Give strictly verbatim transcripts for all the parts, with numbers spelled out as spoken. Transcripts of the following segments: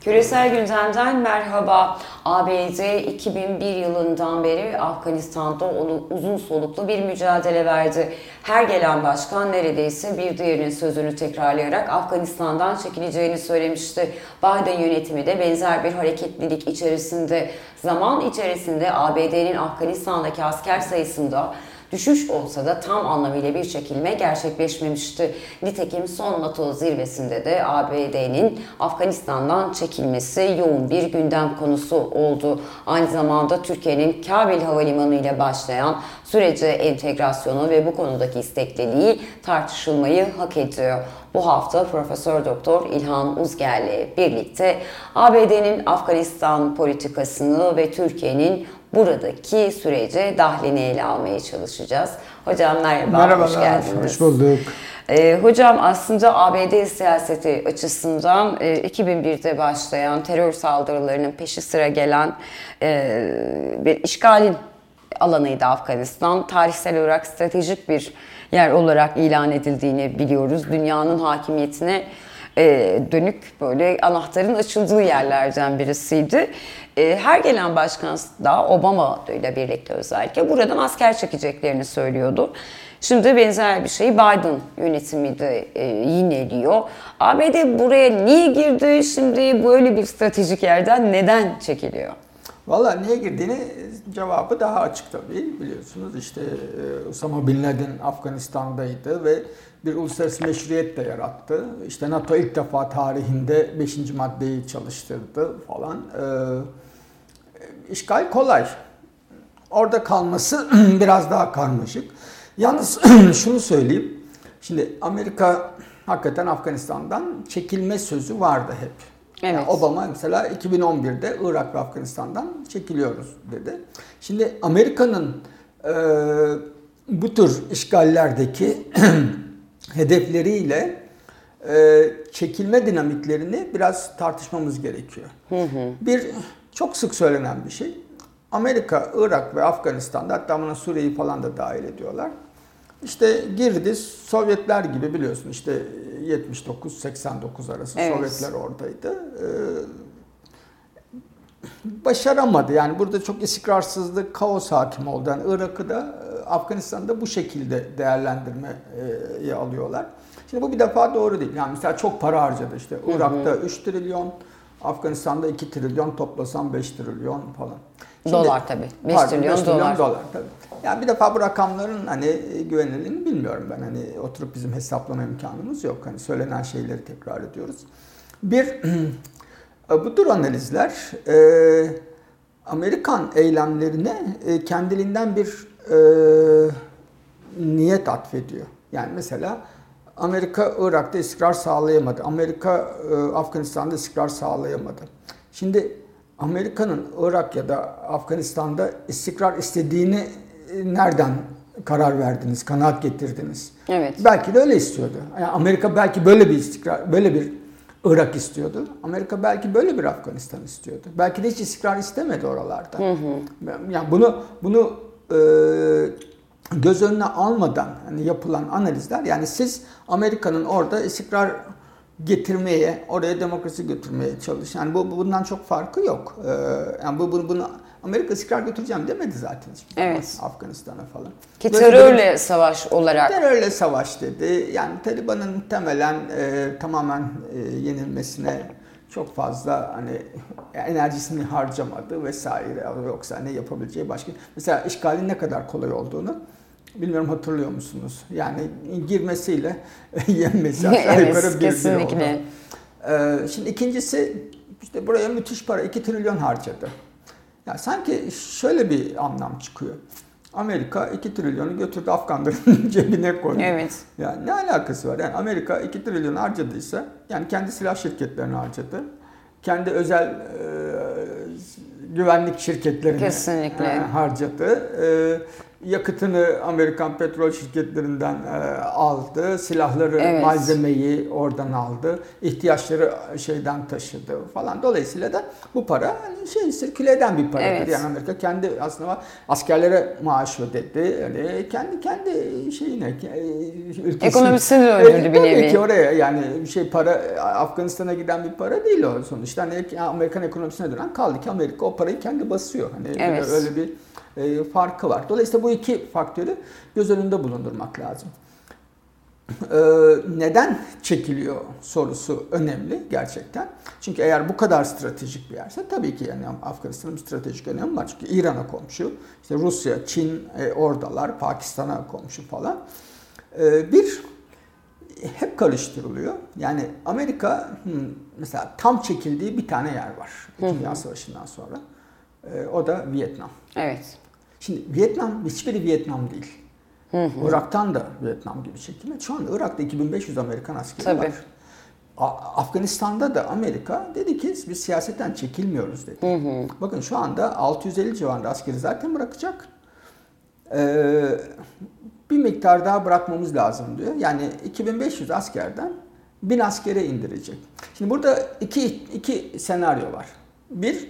Küresel gündemden merhaba. A B D iki bin bir yılından beri Afganistan'da uzun soluklu bir mücadele verdi. Her gelen başkan neredeyse bir diğerinin sözünü tekrarlayarak Afganistan'dan çekileceğini söylemişti. Biden yönetimi de benzer bir hareketlilik içerisinde. Zaman içerisinde A B D'nin Afganistan'daki asker sayısında düşüş olsa da tam anlamıyla bir çekilme gerçekleşmemişti. Nitekim son NATO zirvesinde de A B D'nin Afganistan'dan çekilmesi yoğun bir gündem konusu oldu. Aynı zamanda Türkiye'nin Kabil Havalimanı ile başlayan sürece entegrasyonu ve bu konudaki istekliliği tartışılmayı hak ediyor. Bu hafta Profesör Doktor İlhan Uzger ile birlikte A B D'nin Afganistan politikasını ve Türkiye'nin buradaki sürece dahlini ele almaya çalışacağız. Hocam merhaba, Merhabalar, hoş geldiniz. Hoş bulduk. Ee, hocam aslında A B D siyaseti açısından e, iki bin birde başlayan terör saldırılarının peşi sıra gelen e, bir işgalin alanıydı Afganistan. Tarihsel olarak stratejik bir yer olarak ilan edildiğini biliyoruz. Dünyanın hakimiyetine e, dönük böyle anahtarın açıldığı yerlerden birisiydi. E, her gelen başkan da Obama ile birlikte özellikle buradan asker çekeceklerini söylüyordu. Şimdi benzer bir şeyi Biden yönetimi de e, yineliyor. A B D buraya niye girdi? Şimdi böyle bir stratejik yerden neden çekiliyor? Valla niye girdiğini cevabı daha açık tabii. Biliyorsunuz işte Osama Bin Laden Afganistan'daydı ve bir uluslararası meşruiyet de yarattı. İşte NATO ilk defa tarihinde beşinci maddeyi çalıştırdı falan. Ee, işgal kolay. Orada kalması biraz daha karmaşık. Yalnız şunu söyleyeyim. Şimdi Amerika hakikaten Afganistan'dan çekilme sözü vardı hep. Evet. Yani Obama mesela iki bin on birde Irak ve Afganistan'dan çekiliyoruz dedi. Şimdi Amerika'nın e, bu tür işgallerdeki hedefleriyle e, çekilme dinamiklerini biraz tartışmamız gerekiyor. Hı hı. Bir çok sık söylenen bir şey. Amerika, Irak ve Afganistan'da, hatta buna Suriye'yi falan da dahil ediyorlar. İşte girdi, Sovyetler gibi biliyorsun işte yetmiş dokuz seksen dokuz arası evet. Sovyetler oradaydı. Ee, başaramadı. Yani burada çok istikrarsızlık, kaos hakim oldu. Yani Irak'ı da Afganistan'da bu şekilde değerlendirmeye alıyorlar. Şimdi bu bir defa doğru değil. Yani mesela çok para harcadı işte. Irak'ta üç trilyon, Afganistan'da iki trilyon, toplasam beş trilyon falan. Şimdi, dolar tabii. beş trilyon, beş trilyon dolar. dolar tabii. Yani bir defa bu rakamların hani güvenilirliğini bilmiyorum ben. Hani oturup bizim hesaplama imkanımız yok. Hani söylenen şeyleri tekrar ediyoruz. Bir, bu tür analizler e, Amerikan eylemlerine e, kendiliğinden bir e, niyet atfediyor. Yani mesela Amerika Irak'ta istikrar sağlayamadı. Amerika e, Afganistan'da istikrar sağlayamadı. Şimdi Amerika'nın Irak ya da Afganistan'da istikrar istediğini nereden karar verdiniz, kanaat getirdiniz? Evet. Belki de öyle istiyordu. Yani Amerika belki böyle bir istikrar, böyle bir Irak istiyordu. Amerika belki böyle bir Afganistan istiyordu. Belki de hiç istikrar istemedi oralarda. Hı hı. Yani bunu bunu e, göz önüne almadan hani yapılan analizler, yani siz Amerika'nın orada istikrar getirmeye, oraya demokrasi götürmeye çalış. Yani bu bundan çok farkı yok. Ee, yani bu bunu, bunu Amerika istikrar götüreceğim demedi zaten. Evet. Afganistan'a falan. Ki terörle bir, savaş olarak. Terörle savaş dedi. Yani Taliban'ın muhtemelen e, tamamen e, yenilmesine çok fazla hani enerjisini harcamadı vesaire. Yoksa ne yapabileceği başka. Mesela işgalin ne kadar kolay olduğunu bilmiyorum, hatırlıyor musunuz? Yani girmesiyle yenmesi aşağı evet, yukarı bir kesinlikle. Ee, şimdi ikincisi işte buraya müthiş para, iki trilyon harcadı. Yani sanki şöyle bir anlam çıkıyor. Amerika iki trilyonu götürdü Afganların cebine koydu. Evet. Yani ne alakası var? Yani Amerika iki trilyon harcadıysa, yani kendi silah şirketlerini harcadı. Kendi özel e, güvenlik şirketlerini kesinlikle e, harcadı. E, yakıtını Amerikan petrol şirketlerinden e, aldı, silahları, evet. malzemeyi oradan aldı, ihtiyaçları şeyden taşıdı falan. Dolayısıyla da bu para hani şey sirküle eden bir paradır. Evet. Yani Amerika kendi aslında askerlere maaş ödedi. Yani kendi kendi şeyine ülkesi, ekonomisini döndürdü e, bir nevi. Tabii ki oraya yani şey para Afganistan'a giden bir para değil o sonuçta. Hani Amerikan ekonomisine dönen kaldı ki Amerika o parayı kendi basıyor. Hani evet. öyle bir E, farkı var. Dolayısıyla bu iki faktörü göz önünde bulundurmak lazım. E, neden çekiliyor sorusu önemli gerçekten. Çünkü eğer bu kadar stratejik bir yerse tabii ki yani Afganistan'ın stratejik önemi var. Çünkü İran'a komşu, işte Rusya, Çin e, oradalar, Pakistan'a komşu falan. E, bir hep karıştırılıyor. Yani Amerika hmm, mesela tam çekildiği bir tane yer var. İkinci Dünya Savaşı'ndan sonra. E, o da Vietnam. Evet. Şimdi Vietnam, hiçbiri Vietnam değil. Hı hı. Irak'tan da Vietnam gibi çekilmedi. Şu an Irak'ta iki bin beş yüz Amerikan askeri Tabii. var. Afganistan'da da Amerika dedi ki biz siyasetten çekilmiyoruz dedi. Hı hı. Bakın şu anda altı yüz elli civarında askeri zaten bırakacak. Ee, bir miktar daha bırakmamız lazım diyor. Yani iki bin beş yüz askerden bin askere indirecek. Şimdi burada iki, iki senaryo var. Bir,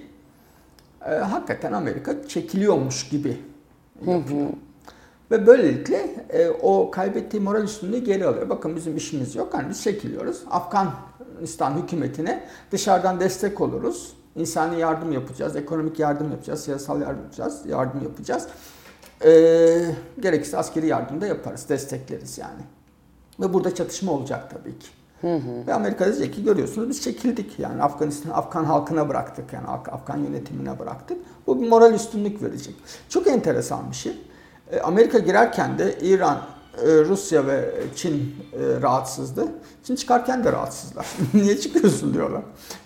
e, hakikaten Amerika çekiliyormuş gibi yapıyor. Hı hı. Ve böylelikle e, o kaybettiği moral üstünlüğü geri alıyor. Bakın bizim işimiz yok. Hani biz çekiliyoruz. Afganistan hükümetine dışarıdan destek oluruz. İnsani yardım yapacağız, ekonomik yardım yapacağız, siyasal yardım yapacağız, yardım yapacağız. E, gerekirse askeri yardım da yaparız, destekleriz yani. Ve burada çatışma olacak tabii ki. Hı hı. Ve Amerika diyecek ki görüyorsunuz biz çekildik. Yani Afganistan, Afgan halkına bıraktık. Yani Afgan yönetimine bıraktık. Bu bir moral üstünlük verecek. Çok enteresan bir şey. Amerika girerken de İran, Rusya ve Çin rahatsızdı. Çin çıkarken de rahatsızlar. Niye çıkıyorsun diyorlar.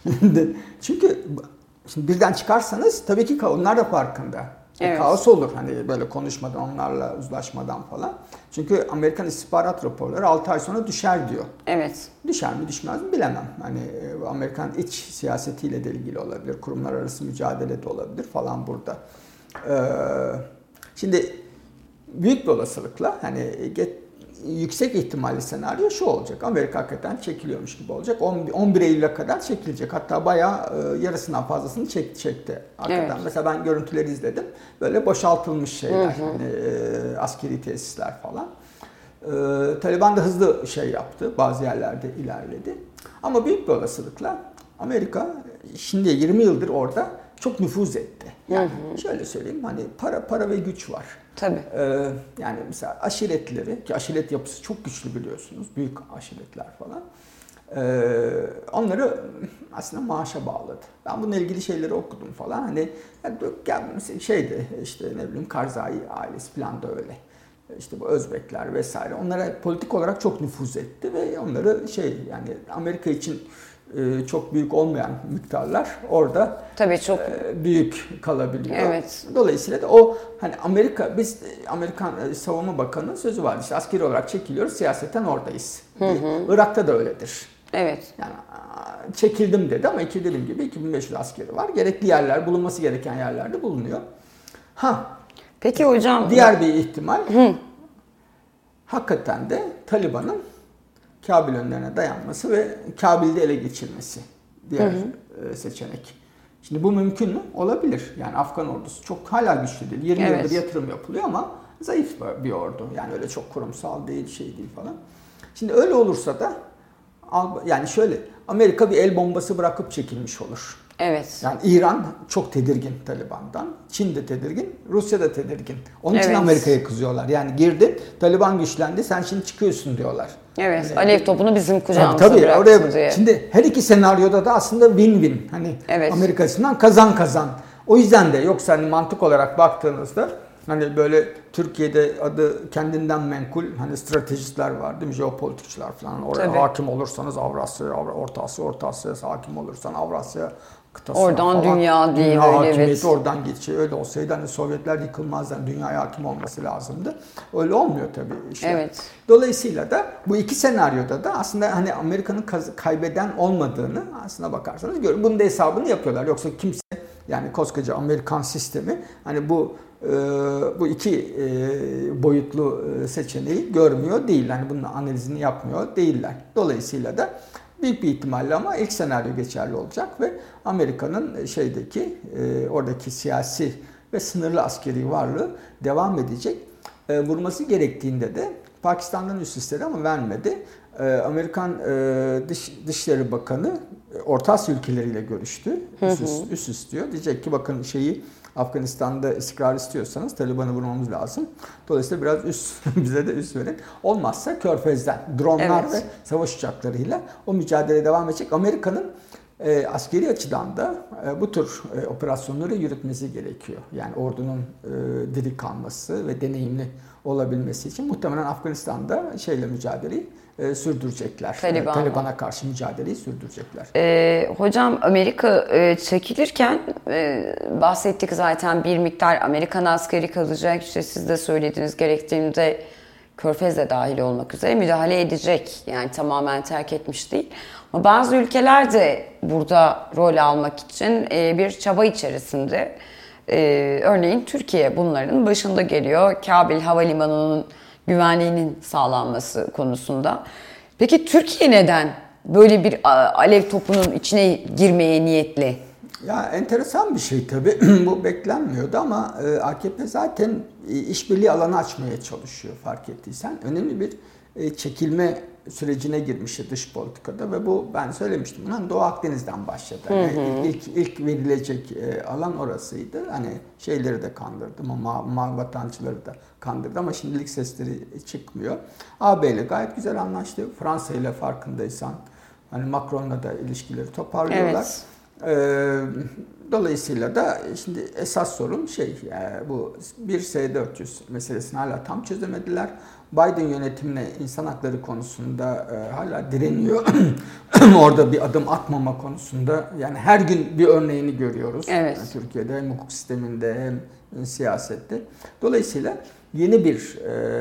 Çünkü şimdi birden çıkarsanız tabii ki onlar da farkında. Evet. Kaos olur hani böyle konuşmadan, onlarla uzlaşmadan falan. Çünkü Amerikan istihbarat raporları altı ay sonra düşer diyor. Evet. Düşer mi düşmez mi bilemem. Hani Amerikan iç siyasetiyle de ilgili olabilir. Kurumlar arası mücadele de olabilir falan burada. Ee, şimdi büyük bir olasılıkla hani get, yüksek ihtimalli senaryo şu olacak. Amerika hakikaten çekiliyormuş gibi olacak. on bir Eylül'e kadar çekilecek. Hatta bayağı e, yarısından fazlasını çek, çekti. Hakikaten evet. Mesela ben görüntüleri izledim. Böyle boşaltılmış şeyler. Hı hı. Hani, e, askeri tesisler falan. E, Taliban da hızlı şey yaptı. Bazı yerlerde ilerledi. Ama büyük bir olasılıkla Amerika şimdi yirmi yıldır orada çok nüfuz etti. Yani hı hı. şöyle söyleyeyim hani para para ve güç var. Tabii. Ee, yani mesela aşiretleri, ki aşiret yapısı çok güçlü biliyorsunuz, büyük aşiretler falan. Ee, onları aslında maaşa bağladı. Ben bununla ilgili şeyleri okudum falan. Hani yani şeydi işte ne bileyim Karzai ailesi falan da öyle. İşte bu Özbekler vesaire. Onlara politik olarak çok nüfuz etti ve onları şey yani Amerika için çok büyük olmayan miktarlar orada tabii çok büyük kalabiliyor. Evet. Dolayısıyla da o hani Amerika biz Amerikan Savunma Bakanı'nın sözü var. İşte askeri olarak çekiliyoruz, siyaseten oradayız. Hı hı. Irak'ta da öyledir. Evet. Yani çekildim dedi ama iki dediğim gibi iki bin beş yüz askeri var. Gerekli yerler, bulunması gereken yerlerde bulunuyor. Ha. Peki hocam. Diğer bir ihtimal hı. hakikaten de Taliban'ın Kabil önlerine dayanması ve Kabil'de ele geçirmesi diğer hı hı. seçenek. Şimdi bu mümkün mü? Olabilir. Yani Afgan ordusu çok hala güçlü değil. yirmi evet. yıldır yatırım yapılıyor ama zayıf bir ordu. Yani öyle çok kurumsal değil, şey değil falan. Şimdi öyle olursa da yani şöyle Amerika bir el bombası bırakıp çekilmiş olur. Evet. Yani İran çok tedirgin Taliban'dan. Çin de tedirgin, Rusya da tedirgin. Onun evet. için Amerika'ya kızıyorlar. Yani girdin, Taliban güçlendi, sen şimdi çıkıyorsun diyorlar. Evet, yani, alev topunu bizim kucağımıza tabii, tabii, bıraktın oraya, diye. Şimdi her iki senaryoda da aslında win-win. Hani evet. Amerika açısından kazan kazan. O yüzden de yoksa hani mantık olarak baktığınızda hani böyle Türkiye'de adı kendinden menkul hani stratejistler var değil mi? Jeopolitikçiler falan. Oraya tabii. hakim olursanız Avrasya, Orta Asya, Orta Asya'ya hakim olursan Avrasya kıtası oradan falan. dünya değil dünya öyle evet. Oradan geçiyor. Öyle olsaydı hani Sovyetler yıkılmazdı. Yani dünyaya hakim olması lazımdı. Öyle olmuyor tabii işte. Evet. Dolayısıyla da bu iki senaryoda da aslında hani Amerika'nın kaybeden olmadığını aslına bakarsanız görün. Bunun da hesabını yapıyorlar. Yoksa kimse yani koskoca Amerikan sistemi hani bu e, bu iki e, boyutlu seçeneği görmüyor değil. Hani bunun analizini yapmıyor değiller. Dolayısıyla da büyük bir ihtimalle ama ilk senaryo geçerli olacak ve Amerika'nın şeydeki e, oradaki siyasi ve sınırlı askeri varlığı devam edecek. E, vurması gerektiğinde de Pakistan'dan üst istedi ama vermedi. E, Amerikan e, Dış, Dışişleri Bakanı Orta Asya ülkeleriyle görüştü. Üst, üst, üst istiyor. Diyecek ki bakın şeyi Afganistan'da istikrar istiyorsanız Taliban'ı vurmamız lazım. Dolayısıyla biraz üst bize de üst verin. Olmazsa Körfez'den dronlar evet. ve savaş uçaklarıyla o mücadele devam edecek. Amerika'nın e, askeri açıdan da e, bu tür e, operasyonları yürütmesi gerekiyor. Yani ordunun e, diri kalması ve deneyimli olabilmesi için muhtemelen Afganistan'da şeyle mücadeleyi e, sürdürecekler. Taliban. Taliban'a karşı mücadeleyi sürdürecekler. E, hocam Amerika e, çekilirken e, bahsettik zaten bir miktar Amerikan askeri kalacak. İşte siz de söylediğiniz gerektiğinde Körfez de dahil olmak üzere müdahale edecek. Yani tamamen terk etmiş değil. Ama bazı ülkeler de burada rol almak için e, bir çaba içerisinde. E, örneğin Türkiye bunların başında geliyor. Kabil Havalimanı'nın güvenliğinin sağlanması konusunda. Peki Türkiye neden böyle bir alev topunun içine girmeye niyetli? Ya enteresan bir şey tabii. Bu beklenmiyordu ama A K P zaten işbirliği alanı açmaya çalışıyor fark ettiysen. Önemli bir çekilme sürecine girmişti dış politikada ve bu ben söylemiştim. Hani Doğu Akdeniz'den başladı. Yani hı hı. ilk ilk verilecek alan orasıydı. Hani şeyleri de kandırdı ama ma vatandaşları da kandırdı ama şimdilik sesleri çıkmıyor. A B ile gayet güzel anlaştı. Fransa ile farkındaysan hani Macron'la da ilişkileri toparlıyorlar. Evet. Ee, dolayısıyla da şimdi esas sorun şey yani bu bir S dört yüz meselesini hala tam çözemediler. Biden yönetimine insan hakları konusunda e, hala direniyor. Orada bir adım atmama konusunda yani her gün bir örneğini görüyoruz. Evet. Yani Türkiye'de hem hukuk sisteminde hem siyasette. Dolayısıyla yeni bir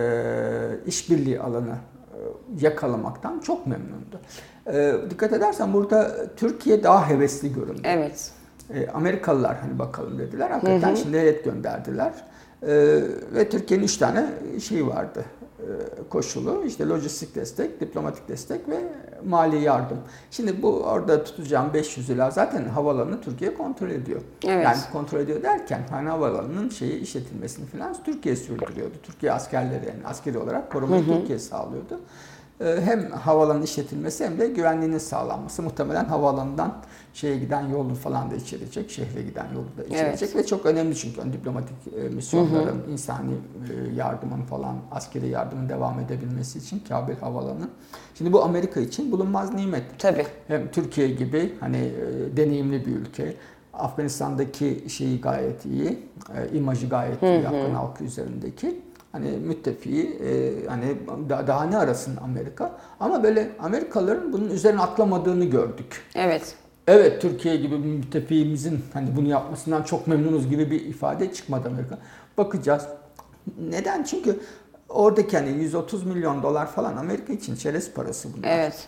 e, işbirliği alanı e, yakalamaktan çok memnundu. E, dikkat edersen burada Türkiye daha hevesli göründü. Evet. E, Amerikalılar hani bakalım dediler. Hakikaten hı hı. Şimdi heyet gönderdiler. E, ve Türkiye'nin üç tane şeyi vardı. Koşulu işte lojistik destek, diplomatik destek ve mali yardım. Şimdi bu orada tutacağım beş yüz ila zaten havaalanını Türkiye kontrol ediyor. Evet. Yani kontrol ediyor derken hani havaalanının şeyi işletilmesini falan Türkiye sürdürüyordu. Türkiye askerleri yani askeri olarak korumayı hı hı. Türkiye sağlıyordu. Hem havaalanının işletilmesi hem de güvenliğinin sağlanması. Muhtemelen havaalanından şeye giden yolu falan da içerecek, şehre giden yolu da içerecek evet. Ve çok önemli çünkü ön diplomatik misyonların, hı hı. insani yardımın falan, askeri yardımın devam edebilmesi için Kabil Havaalanı. Şimdi bu Amerika için bulunmaz nimet. Tabii. Hem Türkiye gibi hani deneyimli bir ülke, Afganistan'daki şeyi gayet iyi, imajı gayet iyi, Afgan halkı üzerindeki. Hani müttefiği e, hani daha, daha ne arasın Amerika ama böyle Amerikalıların bunun üzerine atlamadığını gördük. Evet. Evet Türkiye gibi bir müttefiğimizin hani bunu yapmasından çok memnunuz gibi bir ifade çıkmadı Amerika. Bakacağız. Neden? Çünkü oradaki hani yüz otuz milyon dolar falan Amerika için çerez parası bunlar. Evet.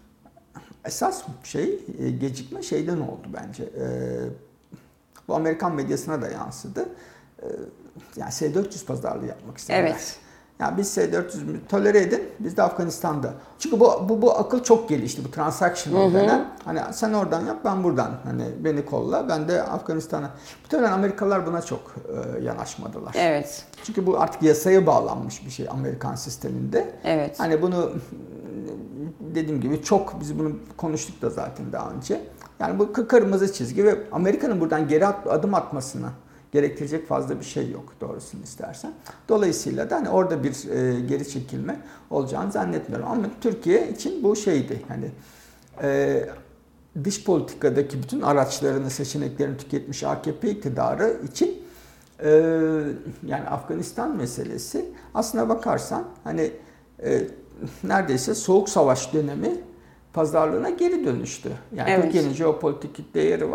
Esas şey gecikme şeyden oldu bence. E, bu Amerikan medyasına da yansıdı. E, Yani S dört yüz pazarlığı yapmak istediler. Evet. Yani biz S dört yüzü tolere edin, biz de Afganistan'da. Çünkü bu bu, bu akıl çok gelişti, bu transactional denen. Hani sen oradan yap, ben buradan. Hani beni kolla, ben de Afganistan'a. Muhtemelen Amerikalılar buna çok e, yanaşmadılar. Evet. Çünkü bu artık yasaya bağlanmış bir şey Amerikan sisteminde. Evet. Hani bunu dediğim gibi çok, biz bunu konuştuk da zaten daha önce. Yani bu kırmızı çizgi ve Amerika'nın buradan geri adım atmasını gerektirecek fazla bir şey yok doğrusunu istersen. Dolayısıyla da hani orada bir e, geri çekilme olacağını zannetmiyorum. Ama Türkiye için bu şeydi. Hani e, dış politikadaki bütün araçlarını, seçeneklerini tüketmiş A K P iktidarı için e, yani Afganistan meselesi aslına bakarsan hani e, neredeyse soğuk savaş dönemi pazarlığına geri dönüştü. Yani evet. Türkiye'nin jeopolitik değeri var.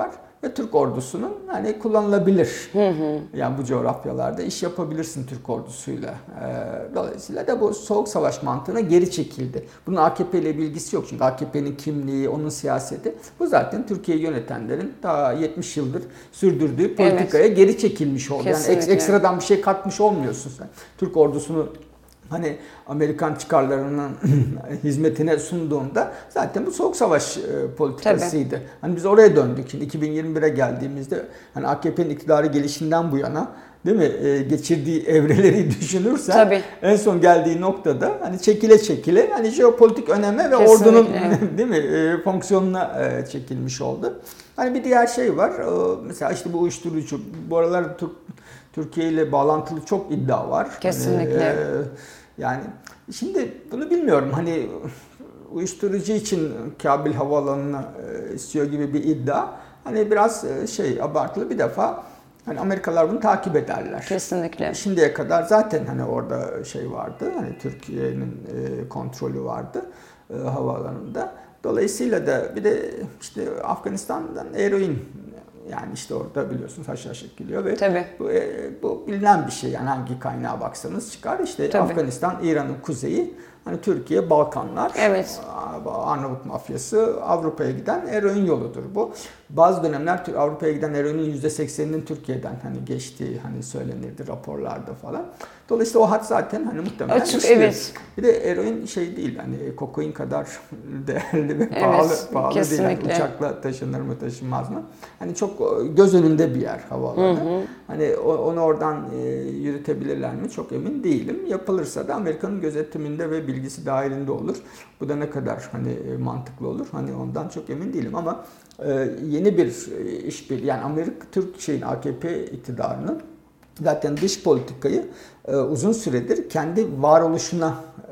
ve Türk ordusunun hani kullanılabilir. Hı hı. Yani bu coğrafyalarda iş yapabilirsin Türk ordusuyla. Ee, dolayısıyla da bu soğuk savaş mantığına geri çekildi. Bunun A K P ile bir ilgisi yok çünkü A K P'nin kimliği, onun siyaseti bu zaten Türkiye'yi yönetenlerin daha yetmiş yıldır sürdürdüğü politikaya evet. geri çekilmiş oldu. Kesinlikle. Yani ek, ekstradan bir şey katmış olmuyorsun sen. Türk ordusunu hani Amerikan çıkarlarının hizmetine sunduğunda zaten bu soğuk savaş politikasıydı. Tabii. Hani biz oraya döndük. Şimdi iki bin yirmi bire geldiğimizde hani A K P'nin iktidarı gelişinden bu yana değil mi? E, geçirdiği evreleri düşünürsen Tabii. en son geldiği noktada hani çekile çekile hani jeopolitik öneme ve Kesinlikle. ordunun değil mi? E, fonksiyonuna e, çekilmiş oldu. Hani bir diğer şey var. E, mesela işte bu uyuşturucu. Bu aralar Türk Türkiye ile bağlantılı çok iddia var. Kesinlikle. Hani, e, yani şimdi bunu bilmiyorum. Hani uyuşturucu için Kabil Havaalanı'nı e, istiyor gibi bir iddia. Hani biraz e, şey abartılı bir defa. Hani Amerikalılar bunu takip ederler. Kesinlikle. Şimdiye kadar zaten hani orada şey vardı. Hani Türkiye'nin e, kontrolü vardı e, havaalanında. Dolayısıyla da bir de işte Afganistan'dan eroin yani işte orada biliyorsunuz haşhaş geliyor ve Tabii. Bu, e, bu bilinen bir şey yani hangi kaynağa baksanız çıkar. İşte Tabii. Afganistan, İran'ın kuzeyi, hani Türkiye, Balkanlar, evet. Arnavut mafyası, Avrupa'ya giden eroin yoludur bu. Bazı dönemler Avrupa'ya giden eroinin yüzde sekseninin Türkiye'den hani geçtiği hani söylenirdi raporlarda falan. Dolayısıyla o hat zaten hani muhtemelen Açık, işliyor. Evet. Bir de eroin şey değil hani kokain kadar değerli ve pahalı, evet, pahalı değil. Yani uçakla taşınır mı taşınmaz mı? Hani çok göz önünde bir yer havaalanı. Hı hı. Hani onu oradan yürütebilirler mi çok emin değilim. Yapılırsa da Amerika'nın gözetiminde ve bilgisi dahilinde olur. Bu da ne kadar hani mantıklı olur? Hani ondan çok emin değilim ama yeni bir işbirliği yani Amerika Türk şeyin A K P iktidarının zaten dış politikayı e, uzun süredir kendi varoluşuna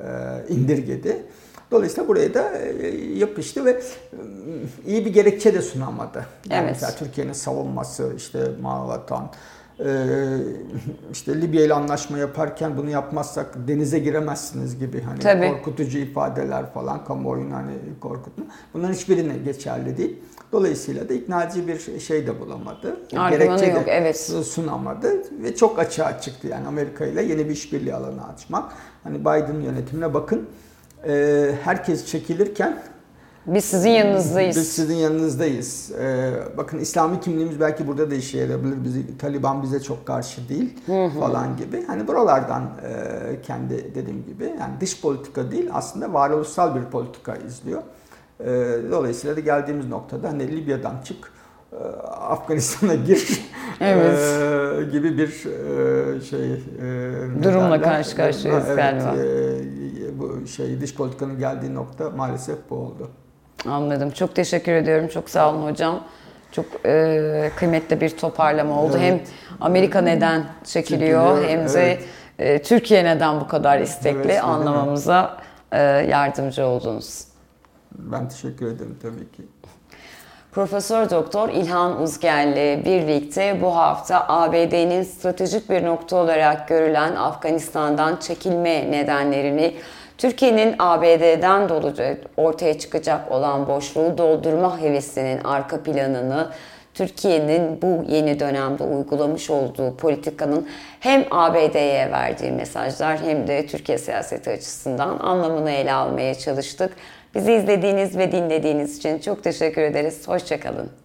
e, indirgedi. Dolayısıyla buraya da e, yapıştı ve e, iyi bir gerekçe de sunamadı. Yani evet. Mesela Türkiye'nin savunması, işte Mavi e, işte Libya ile anlaşma yaparken bunu yapmazsak denize giremezsiniz gibi hani Tabii. korkutucu ifadeler falan kamuoyunu hani korkutma. Bunların hiçbirine geçerli değil. Dolayısıyla da ikna edici bir şey de bulamadı. Gerekçe yok, de evet. sunamadı ve çok açığa çıktı. Yani Amerika ile yeni bir işbirliği alanı açmak. Hani Biden yönetimine bakın e, herkes çekilirken biz sizin yanınızdayız. Biz sizin yanınızdayız. Ee, bakın İslami kimliğimiz belki burada da işe yarayabilir. Bizi, Taliban bize çok karşı değil hı hı. falan gibi. Hani buralardan e, kendi dediğim gibi yani dış politika değil aslında varoluşsal bir politika izliyor. E, dolayısıyla da geldiğimiz noktada hani Libya'dan çık, e, Afganistan'a gir evet. e, gibi bir e, şey e, durumla karşı karşıyayız evet, galiba. E, bu şey dış politikanın geldiği nokta maalesef bu oldu. Anladım. Çok teşekkür ediyorum. Çok sağ olun hocam. Çok e, kıymetli bir toparlama oldu. Evet. Hem Amerika neden çekiliyor, çekiliyor hem de evet. e, Türkiye neden bu kadar istekli evet, anlamamıza e, yardımcı oldunuz. Ben teşekkür ederim tabii ki. Profesör Doktor İlhan Uzger'le birlikte bu hafta A B D'nin stratejik bir nokta olarak görülen Afganistan'dan çekilme nedenlerini, Türkiye'nin A B D'den dolayı ortaya çıkacak olan boşluğu doldurma hevesinin arka planını, Türkiye'nin bu yeni dönemde uygulamış olduğu politikanın hem A B D'ye verdiği mesajlar hem de Türkiye siyaseti açısından anlamını ele almaya çalıştık. Bizi izlediğiniz ve dinlediğiniz için çok teşekkür ederiz. Hoşça kalın.